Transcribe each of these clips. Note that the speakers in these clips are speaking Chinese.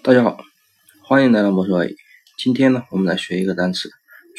大家好，欢迎来到魔术外语。今天呢，我们来学一个单词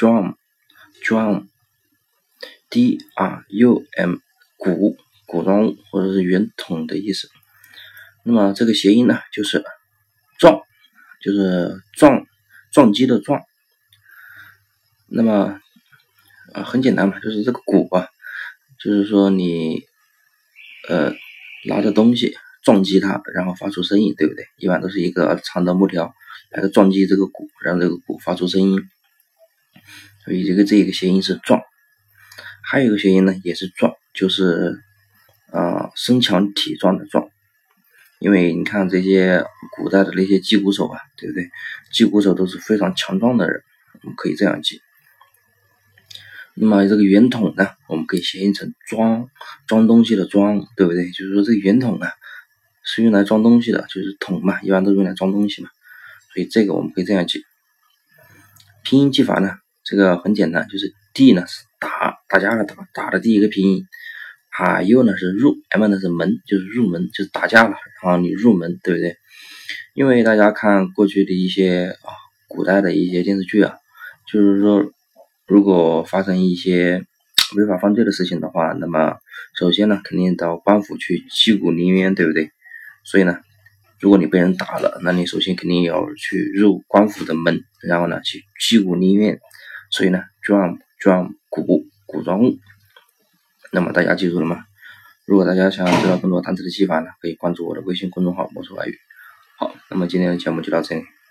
drum， 古装物或者是圆筒的意思。那么这个谐音呢，就是撞，就是撞击的撞。那么很简单嘛，就是这个鼓啊，就是说你拿着东西撞击它，然后发出声音，对不对？一般都是一个长的木条来撞击这个鼓，让这个鼓发出声音。所以这个谐音是撞。还有一个谐音呢，也是撞，就是身强体壮的壮。因为你看这些古代的那些击鼓手啊，对不对？击鼓手都是非常强壮的人，我们可以这样记。那么这个圆筒呢，我们可以谐音成装东西的装，对不对？就是说这个圆筒啊是用来装东西的，就是桶嘛，一般都用来装东西嘛，所以这个我们可以这样记。拼音记法呢，这个很简单，就是 D 呢是打架了打的第一个拼音，U 呢是入，M 呢是门，就是入门，就是打架了，然后你入门，对不对？因为大家看过去的一些古代的一些电视剧啊，就是说如果发生一些违法犯罪的事情的话，那么首先呢肯定到官府去击鼓鸣冤，对不对？所以呢，如果你被人打了，那你首先肯定要去入官府的门，然后呢去击鼓鸣冤。所以呢 drum 古装物。那么大家记住了吗？如果大家想知道更多单词的记法呢，可以关注我的微信公众号魔术外语。好，那么今天的节目就到这里。